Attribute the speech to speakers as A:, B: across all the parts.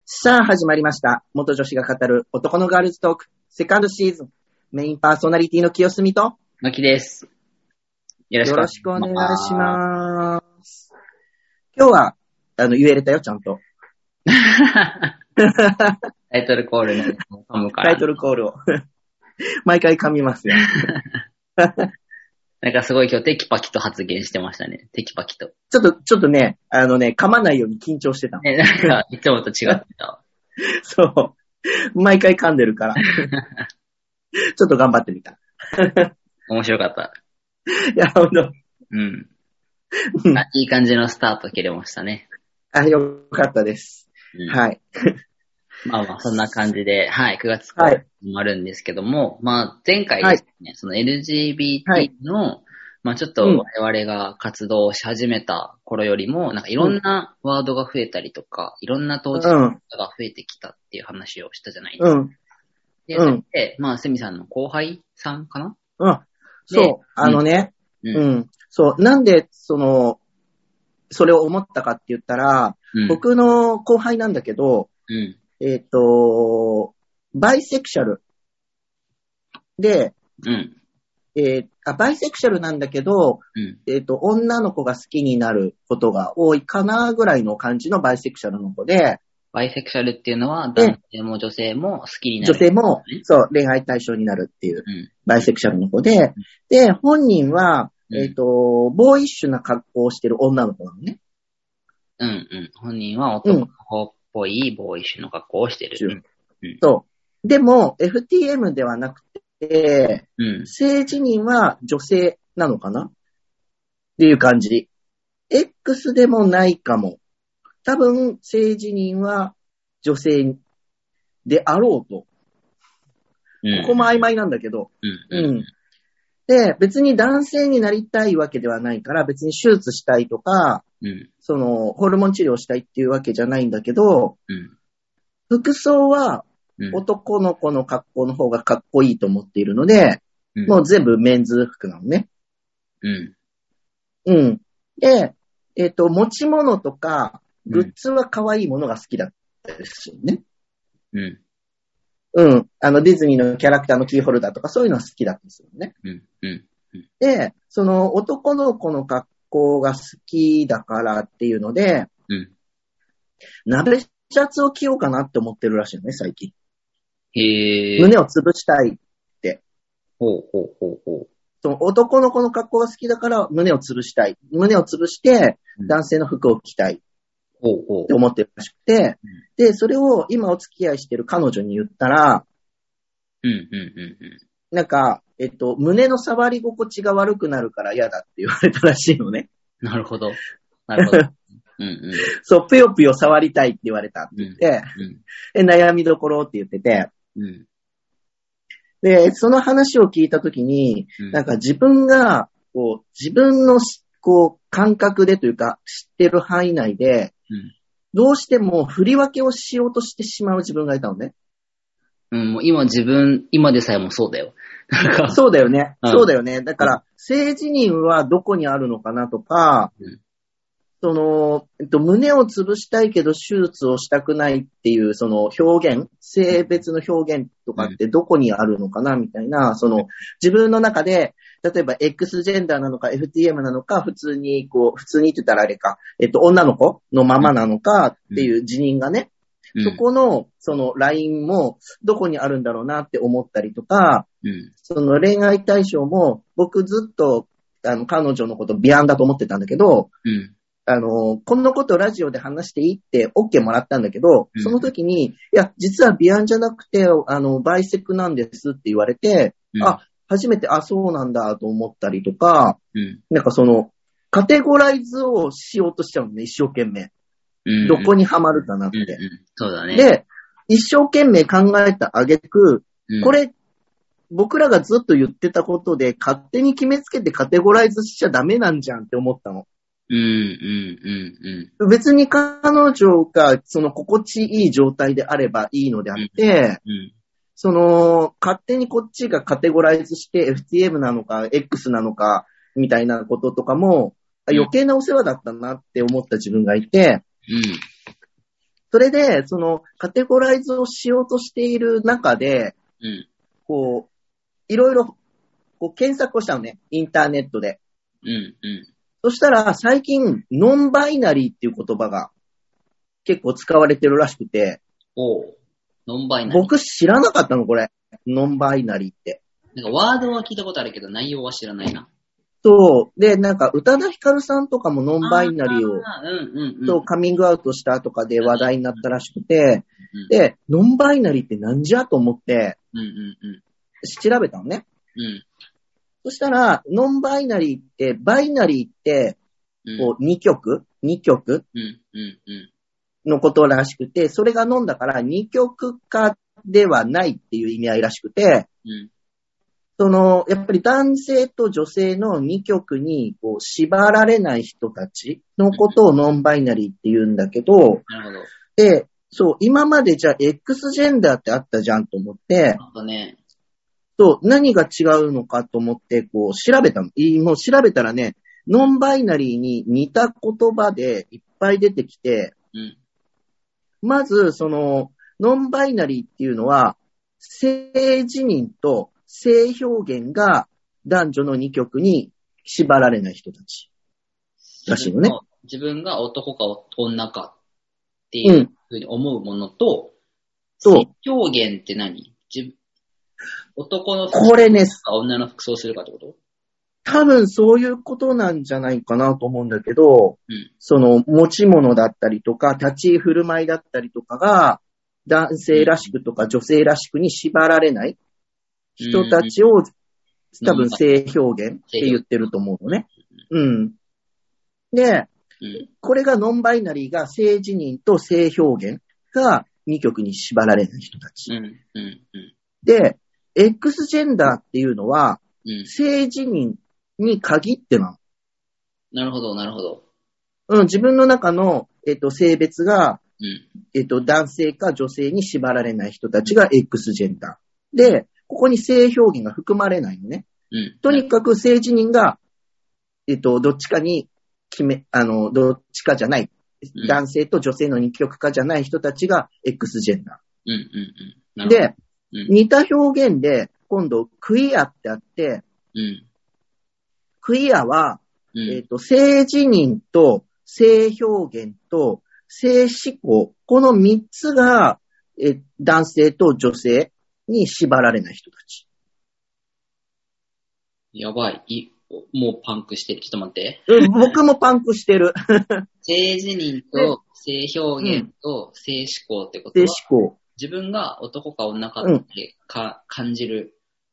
A: さあ始まりました。元女子が語る男のガールズトークセカンドシーズン。メインパーソナリティの清澄と
B: のきです。よろしくお願いします。
A: よろしくお願いします。今日は、言えれたよ、ちゃんと。
B: タイトルコールね、噛むから。
A: タイトルコールを。毎回噛みますよ。
B: なんかすごい今日テキパキと発言してましたね。テキパキと。
A: ちょっとね、噛まないように緊張してた。
B: ね、なんか、いつもと違ってた。
A: そう。毎回噛んでるから。ちょっと頑張ってみた。
B: 面白かった。
A: いや、ほんと。
B: うん。いい感じのスタート切れましたね。
A: よかったです。
B: うん、
A: はい。
B: まあ、そんな感じで、はい、9月から始まるんですけども、まあ、前回ですね、その LGBT の、まあちょっと我々が活動し始めた頃よりも、なんかいろんなワードが増えたりとか、いろんな当事者が増えてきたっていう話をしたじゃないですか。で、まあセミさんの後輩さんかな？
A: そう、そう、なんで、それを思ったかって言ったら、僕の後輩なんだけど、バイセクシャルで、バイセクシャルなんだけど、女の子が好きになることが多いかなぐらいの感じのバイセクシャルの子で、
B: バイセクシャルっていうのは男性も女性も好きになる、
A: 女性も、そう、恋愛対象になるっていう、バイセクシャルの子で、で、本人は、ボーイッシュな格好をしてる女の子なのね。
B: 本人は男の子っぽいボーイッシュの格好をしてる。
A: そう。でも、FTM ではなくて、性自認は女性なのかなっていう感じ。X でもないかも。多分、性自認は女性であろうと。ここも曖昧なんだけど。で、別に男性になりたいわけではないから、別に手術したいとか、ホルモン治療したいっていうわけじゃないんだけど、服装は男の子の格好の方がかっこいいと思っているので、もう全部メンズ服なのね。で、持ち物とか、グッズは可愛いものが好きだったですよね。ディズニーのキャラクターのキーホルダーとかそういうのは好きだったんですよね。で、その男の子の格好が好きだからっていうので、鍋シャツを着ようかなって思ってるらしいよね、最近。胸を潰したいって。その男の子の格好が好きだから胸を潰したい。胸を潰して男性の服を着たい。って思ってるらしくて、で、それを今お付き合いしてる彼女に言ったら、なんか、胸の触り心地が悪くなるから嫌だって言われたらしいのね。
B: なるほど。なるほど。
A: そう、ぷよぷよ触りたいって言われたって言って、悩みどころって言ってて、で、その話を聞いたときに、なんか自分が、自分の、感覚でというか、知ってる範囲内で、どうしても振り分けをしようとしてしまう自分がいたのね。
B: もう今でさえもそうだよ。
A: そうだよね。そうだよね。だから、性自認はどこにあるのかなとか、胸を潰したいけど手術をしたくないっていうその表現、性別の表現とかってどこにあるのかなみたいな、自分の中で、例えば X ジェンダーなのか FTM なのか、普通にって言ったらあれか、女の子のままなのかっていう自認がね、そこのそのラインもどこにあるんだろうなって思ったりとか、その恋愛対象も僕ずっと彼女のことビアンだと思ってたんだけど、このことラジオで話していいって OK もらったんだけど、その時に、いや、実はビアンじゃなくて、バイセクなんですって言われて、初めて、そうなんだと思ったりとか、なんかカテゴライズをしようとしちゃうのね、一生懸命。どこにはまるかなって。
B: そうだね。
A: で、一生懸命考えた挙句、これ、僕らがずっと言ってたことで、勝手に決めつけてカテゴライズしちゃダメなんじゃんって思ったの。別に彼女が心地いい状態であればいいのであって、勝手にこっちがカテゴライズして FTM なのか X なのかみたいなこととかも余計なお世話だったなって思った自分がいて、 それで、その、カテゴライズをしようとしている中で、
B: うん。
A: こう、いろいろ、こう、検索をしたのね。インターネットで。
B: うん。うん。
A: そしたら、最近、ノンバイナリーっていう言葉が結構使われてるらしくて、
B: おう。ノンバイナリー。
A: 僕知らなかったの、これ。ノンバイナリーって。
B: なんかワードは聞いたことあるけど、内容は知らないな。
A: そう。で、なんか、宇多田ヒカルさんとかもノンバイナリーを、カミングアウトしたとかで話題になったらしくて、で、ノンバイナリーってなんじゃと思って、調べたのね。そしたら、ノンバイナリーって、バイナリーって、こう、2極のことらしくて、それがノンだから2極化ではないっていう意味合いらしくて、その、やっぱり男性と女性の2極にこう縛られない人たちのことをノンバイナリーって言うんだけど、
B: なるほど。
A: で、そう、今までじゃあ X ジェンダーってあったじゃんと思って、
B: ね、
A: そう、何が違うのかと思って、こう調べたの。もう調べたらね、ノンバイナリーに似た言葉でいっぱい出てきて、まず、その、ノンバイナリーっていうのは、性自認と性表現が男女の2極に縛られない人たちらしいのね。
B: 自分が男か女かっていうふうに思うものと、性表現って何？男の服装
A: これね、
B: か女の服装するかってこと？
A: 多分そういうことなんじゃないかなと思うんだけど、その持ち物だったりとか、立ち居振る舞いだったりとかが、男性らしくとか女性らしくに縛られない人たちを、多分性表現って言ってると思うのね。で、これがノンバイナリーが性自認と性表現が2極に縛られない人たち。で、X ジェンダーっていうのは、性自認に限ってなの。
B: なるほど、なるほど。
A: 自分の中の、性別が、男性か女性に縛られない人たちが X ジェンダー。で、ここに性表現が含まれないのね。とにかく性自認が、どっちかにどっちかじゃない。男性と女性の二極化じゃない人たちが X ジェンダー。で、似た表現で、今度、クイアってあって、クイアは、性自認と性表現と性思考、この3つが、男性と女性に縛られない人たち。
B: やばい。もうパンクしてる。ちょっと待って。
A: 僕もパンクしてる。
B: 性自認と性表現と性思考ってことは、
A: 性思考。
B: 自分が男か女かって感じる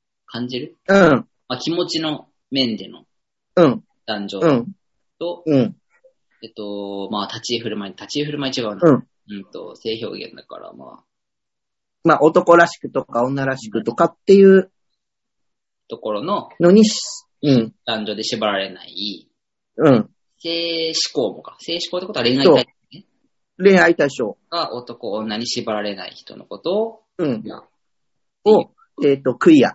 B: 気持ちの面での男女と、立ち居振る舞い違うな。性表現だから、
A: 男らしくとか女らしくとかっていう
B: ところの男女で縛られない。性思考もか。性思考ってことは恋愛対象ね。
A: 恋愛対象。
B: が男女に縛られない人のこと
A: を、クイア。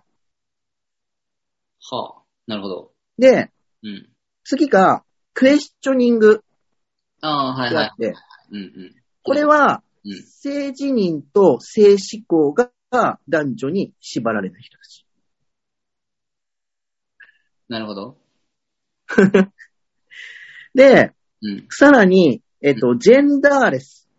B: はあ、なるほど。
A: で、次が、クエスチョニング。これは、性自認と性思考が男女に縛られない人たち。
B: なるほど。
A: で、さらに、ジェンダーレス。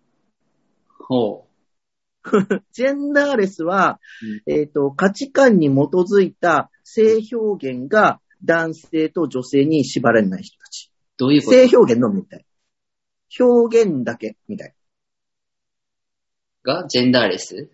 A: ジェンダーレスは、価値観に基づいた性表現が男性と女性に縛られない人たち。
B: どういうこと？
A: 性表現のみたい。表現だけみたい。
B: がジェンダーレス？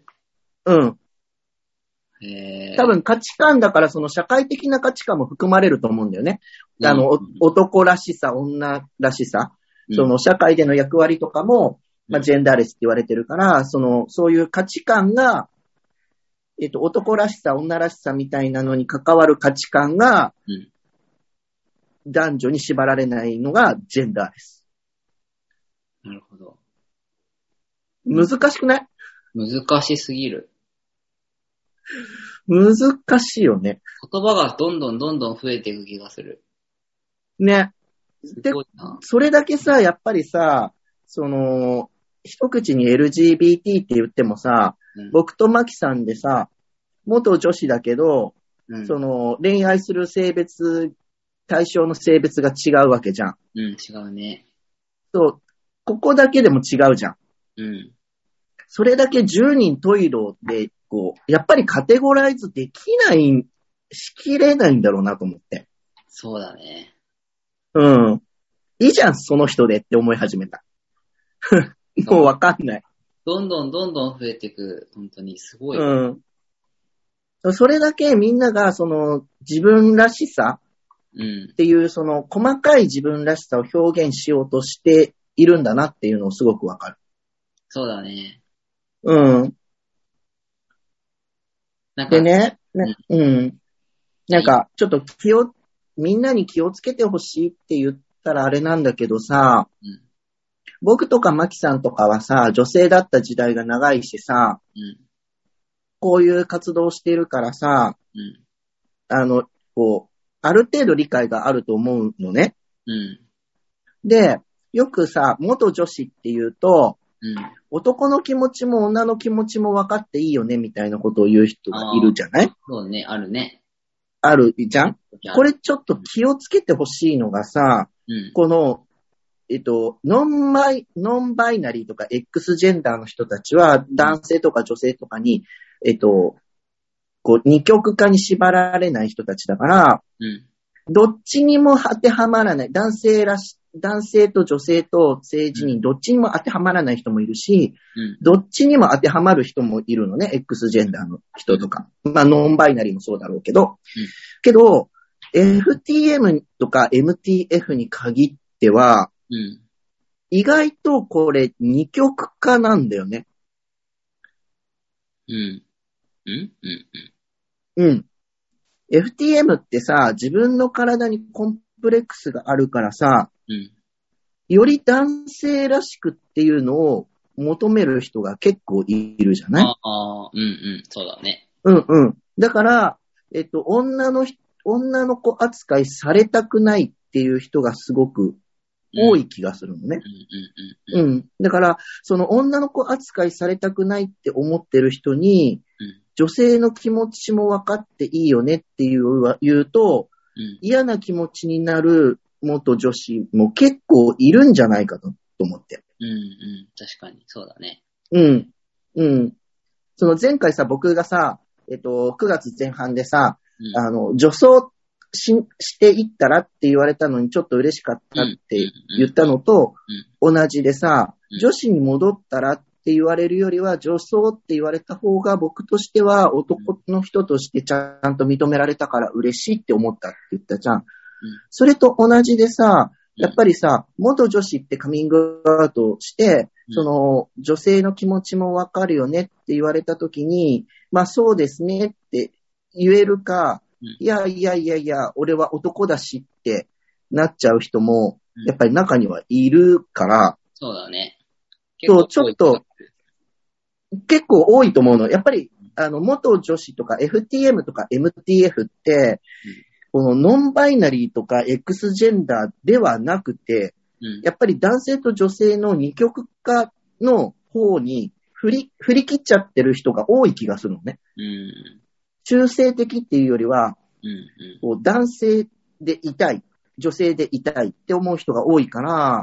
A: 多分価値観だからその社会的な価値観も含まれると思うんだよね。男らしさ、女らしさ、その社会での役割とかも、ジェンダーレスって言われてるから、そういう価値観が、男らしさ、女らしさみたいなのに関わる価値観が、男女に縛られないのがジェンダーレス。
B: なるほど。
A: 難しくない？
B: 難しすぎる。
A: 難しいよね。
B: 言葉がどんどん増えていく気がする。
A: ね。で、それだけさ、やっぱりさ、 一口に LGBT って言ってもさ、僕とマキさんでさ、元女子だけど、その恋愛する性別、対象の性別が違うわけじゃん。
B: 違うね。
A: そう、ここだけでも違うじゃん。それだけ10人トイレで、こう、やっぱりカテゴライズできない、しきれないんだろうなと思って。
B: そうだね。
A: いいじゃん、その人でって思い始めた。もうわかんない。
B: どんどん増えていく、本当にすごい。
A: それだけみんなが、その、自分らしさっていう、その、細かい自分らしさを表現しようとしているんだなっていうのをすごくわかる。
B: そうだね。
A: でね、なんか、ちょっとみんなに気をつけてほしいって言ったらあれなんだけどさ、僕とかマキさんとかはさ、女性だった時代が長いしさ、こういう活動しているからさ、こう、ある程度理解があると思うのね。で、よくさ、元女子って言うと、男の気持ちも女の気持ちも分かっていいよねみたいなことを言う人がいるじゃない？
B: そうね、あるね。
A: あるじゃん？これちょっと気をつけてほしいのがさ、この、ノンバイナリーとか X ジェンダーの人たちは男性とか女性とかに、こう二極化に縛られない人たちだから、どっちにも当てはまらない。男性と女性と性自認、どっちにも当てはまらない人もいるし、どっちにも当てはまる人もいるのね。X ジェンダーの人とか。まあ、ノンバイナリーもそうだろうけど。けど、FTM とか MTF に限っては、意外とこれ二極化なんだよね。FTM ってさ、自分の体にコンプレックスがあるからさ、より男性らしくっていうのを求める人が結構いるじゃない？
B: そうだね。
A: だから、女の子扱いされたくないっていう人がすごく多い気がするのね。だから、その女の子扱いされたくないって思ってる人に、女性の気持ちも分かっていいよねって言うと、嫌な気持ちになる元女子も結構いるんじゃないかと思って。
B: 確かに、そうだね。
A: その前回さ、僕がさ、9月前半でさ、女装していったらって言われたのにちょっと嬉しかったって言ったのと同じでさ、女子に戻ったらって言われるよりは女装って言われた方が僕としては男の人としてちゃんと認められたから嬉しいって思ったって言ったじゃん。それと同じでさ、やっぱりさ、元女子ってカミングアウトして、その女性の気持ちもわかるよねって言われたときに、まあそうですねって言えるか、いや、俺は男だしってなっちゃう人も、やっぱり中にはいるから。
B: そうだね。
A: そう、ちょっと、結構多いと思うの。やっぱり、元女子とか FTM とか MTF って、このノンバイナリーとか X ジェンダーではなくて、やっぱり男性と女性の二極化の方に振り切っちゃってる人が多い気がするのね。中性的っていうよりは、こう男性でいたい、女性でいたいって思う人が多いから、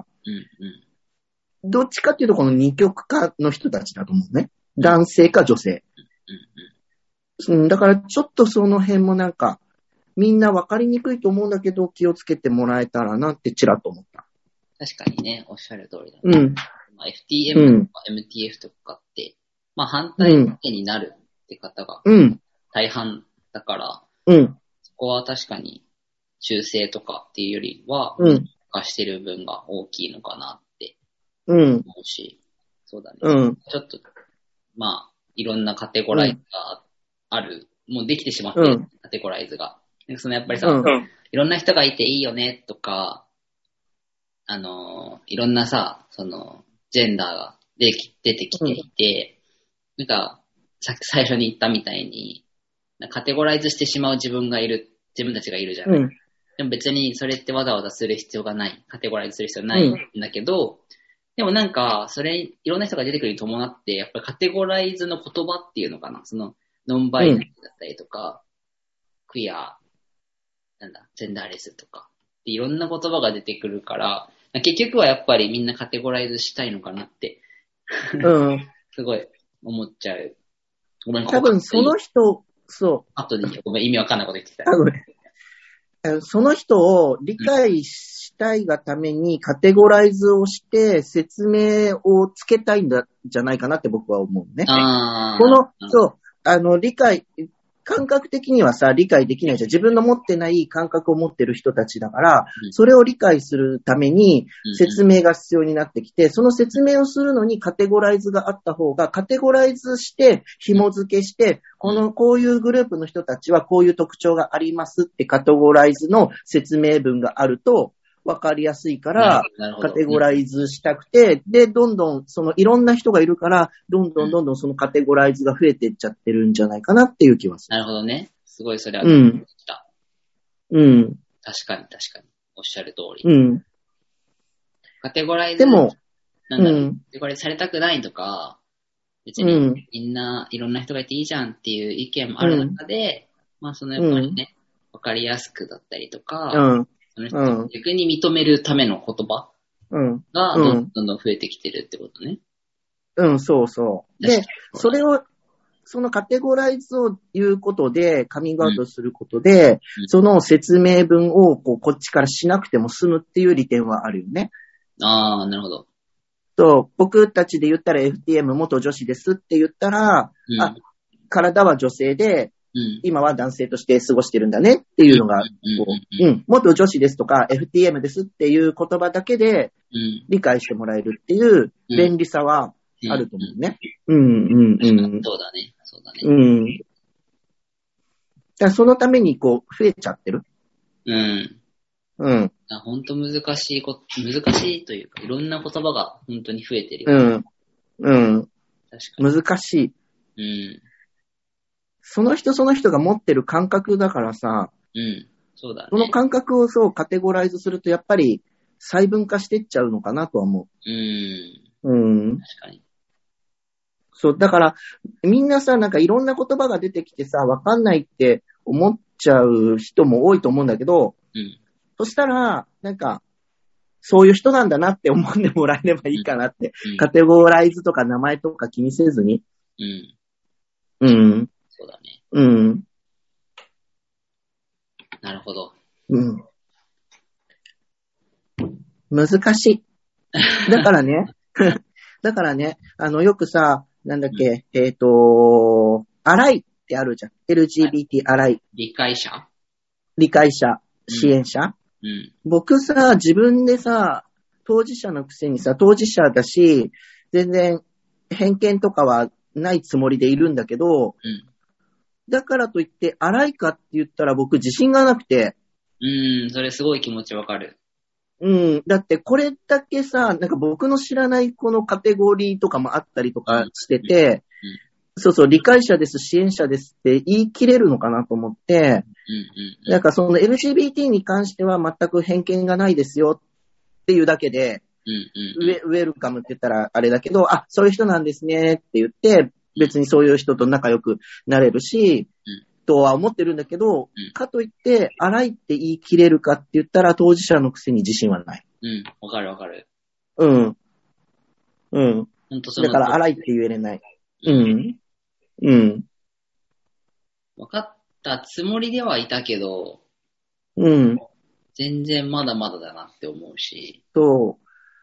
A: どっちかっていうとこの二極化の人たちだと思うね。男性か女性。だからちょっとその辺もなんか、みんな分かりにくいと思うんだけど気をつけてもらえたらなってちらっと思った。
B: 確かにね、おっしゃる通りだね。FTM とか MTF とかって、まあ反対意見になるって方が大半だから、そこは確かに中性とかっていうよりは、化してる分が大きいのかなって思うし、そうだね。ちょっと、まあ、いろんなカテゴライズがある、もうできてしまってる、カテゴライズが。そのやっぱりさ、いろんな人がいていいよねとか、いろんなさ、その、ジェンダーが出てきていて、なんか、最初に言ったみたいに、カテゴライズしてしまう自分たちがいるじゃない。でも別にそれってわざわざする必要がない。カテゴライズする必要ないんだけど、ででもなんか、それ、いろんな人が出てくるに伴って、やっぱりカテゴライズの言葉っていうのかな。その、ノンバイナリーだったりとか、クイア、ジェンダーレスとか、いろんな言葉が出てくるから、結局はやっぱりみんなカテゴライズしたいのかなって、すごい思っちゃう。ごめん、
A: 多分その人、そう。
B: 後でごめん、意味わかんないこと言ってた。
A: その人を理解したいがためにカテゴライズをして説明をつけたいんじゃないかなって僕は思うね。そう、理解、感覚的にはさ、理解できないじゃん。自分の持ってない感覚を持ってる人たちだから、それを理解するために説明が必要になってきて、その説明をするのにカテゴライズがあった方が、カテゴライズして紐付けして、こういうグループの人たちはこういう特徴がありますってカテゴライズの説明文があると、わかりやすいから、カテゴライズしたくて、で、どんどん、いろんな人がいるから、どんどんそのカテゴライズが増えていっちゃってるんじゃないかなっていう気はする。
B: なるほどね。すごいそれは、
A: 確
B: かに。おっしゃる通り。カテゴライズ、
A: でも、
B: カテゴライズされたくないとか、別にみんないろんな人がいていいじゃんっていう意見もある中で、まあそのやっぱりね、わかりやすくだったりとか、その人逆に認めるための言葉がどんどん増えてきてるってことね。
A: そうそう。で、それを、そのカテゴライズを言うことで、カミングアウトすることで、その説明文をこっちからしなくても済むっていう利点はあるよね。
B: ああ、なるほど。
A: 僕たちで言ったら FTM 元女子ですって言ったら、体は女性で、今は男性として過ごしてるんだねっていうのが、元女子ですとか FTM ですっていう言葉だけで理解してもらえるっていう便利さはあると思うね。
B: そうだね。
A: だからそのために増えちゃってる。
B: 本当難しいというか、いろんな言葉が本当に増えてるよ。
A: 確かに。難しい。その人が持ってる感覚だからさ、
B: そうだね。
A: その感覚をカテゴライズするとやっぱり細分化してっちゃうのかなとは思う。
B: 確かに。
A: そう、だからみんなさ、なんかいろんな言葉が出てきてさ、わかんないって思っちゃう人も多いと思うんだけど、そしたら、なんか、そういう人なんだなって思ってもらえればいいかなって、カテゴライズとか名前とか気にせずに。
B: そうだね。なるほど。
A: 難しい。だからね、よくさ、なんだっけ、アライってあるじゃん。LGBT アライ。
B: 理解者、
A: 支援者。僕さ、自分でさ、当事者のくせにさ、当事者だし、全然偏見とかはないつもりでいるんだけど、だからといって、荒いかって言ったら僕自信がなくて。
B: それすごい気持ちわかる。
A: だってこれだけさ、なんか僕の知らないこのカテゴリーとかもあったりとかしてて、理解者です、支援者ですって言い切れるのかなと思って、なんかその LGBT に関しては全く偏見がないですよっていうだけで、ウェルカムって言ったらあれだけど、そういう人なんですねって言って、別にそういう人と仲良くなれるし、とは思ってるんだけど、かといって、荒いって言い切れるかって言ったら当事者のくせに自信はない。
B: わかる。
A: 本当そのだから荒いって言えれない。
B: わかったつもりではいたけど、全然まだまだだなって思うし。本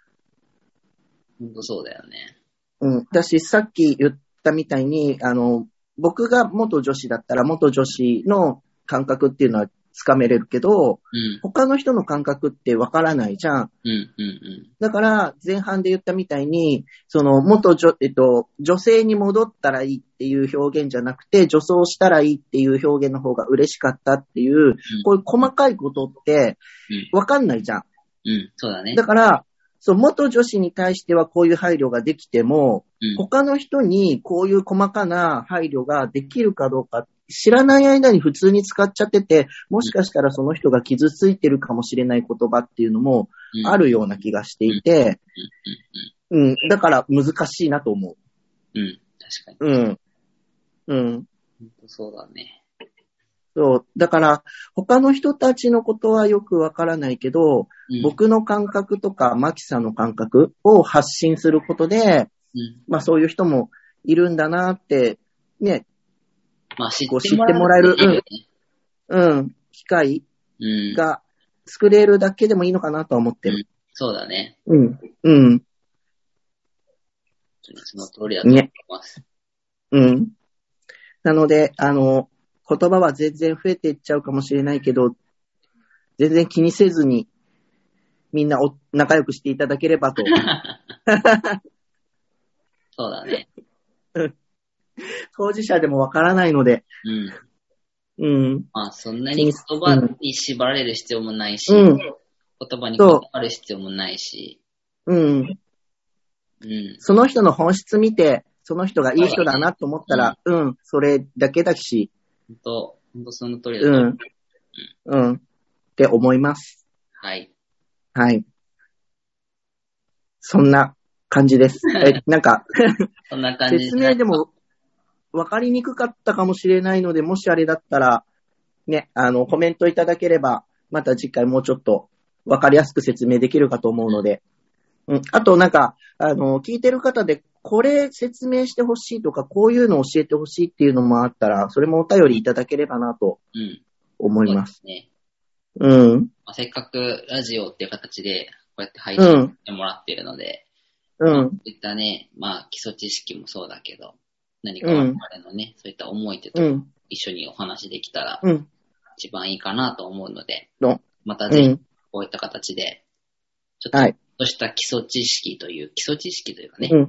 B: 当そうだよね。
A: 私さっき言ったみたいに、僕が元女子だったら元女子の感覚っていうのはつかめれるけど、他の人の感覚ってわからないじゃん。だから前半で言ったみたいに、その女性に戻ったらいいっていう表現じゃなくて、女装したらいいっていう表現の方が嬉しかったっていう、こういう細かいことってわかんないじゃん。
B: そうだね。
A: だから、元女子に対してはこういう配慮ができても、他の人にこういう細かな配慮ができるかどうか知らない間に普通に使っちゃってて、もしかしたらその人が傷ついてるかもしれない言葉っていうのもあるような気がしていて、 うん。だから難しいなと思
B: うん。確か
A: う。うん。うん。
B: に。そうだね。
A: そう。だから、他の人たちのことはよくわからないけど、
B: うん。
A: 僕の感覚とか、マキさんの感覚を発信することで、
B: うん。
A: まあそういう人もいるんだなって、ね、
B: まあ知
A: こう知っ
B: ってもら
A: てもらえる、
B: うっていいよね。
A: うん、機会
B: うん。
A: が作れるだけでもいいのかなとは思ってる。
B: うん。そうだね。
A: うん、うん、
B: その通りだと思い
A: ね、
B: ます。
A: うん。なので、言葉は全然増えていっちゃうかもしれないけど、全然気にせずに、みんな仲良くしていただければと。
B: そうだね。
A: 当事者でもわからないので、
B: うん。
A: うん。
B: まあそんなに言葉に縛られる必要もないし、
A: うん。
B: 言葉にこだわる必要もないし、
A: うん。
B: うん。
A: その人の本質見て、その人がいい人だなと思ったら、
B: う
A: うん、それだけだし、
B: 本当その通りだと思う。
A: うん、うん、って思います。
B: はい。
A: はい。そんな感じです。なんか、
B: そんな感じ
A: 説明でも分かりにくかったかもしれないので、もしあれだったら、ね、コメントいただければ、また次回もうちょっと分かりやすく説明できるかと思うので、うん。あとなんか、聞いてる方で、これ説明してほしいとか、こういうのを教えてほしいっていうのもあったら、それもお便りいただければなと
B: うん。
A: 思います。
B: そうですね。
A: うん。
B: まあ、せっかくラジオっていう形で、こうやって配信してもらっているので、
A: うん。
B: まあ、そういったね、まあ、基礎知識もそうだけど、何か我々のね、そういった思いってとこ、一緒にお話できたら、一番いいかなと思うので、またぜひ、こういった形で、ちょっと、そうした基礎知識というかね、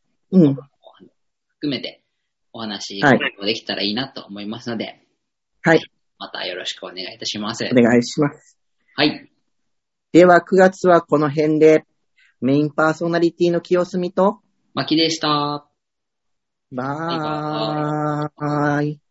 B: 含めてお話ができたらいいなと思いますので、
A: はい。
B: またよろしくお願いいたします。
A: お願いします。
B: はい。
A: では、9月はこの辺で、メインパーソナリティの清澄と、
B: まきでした。
A: バイバーイ。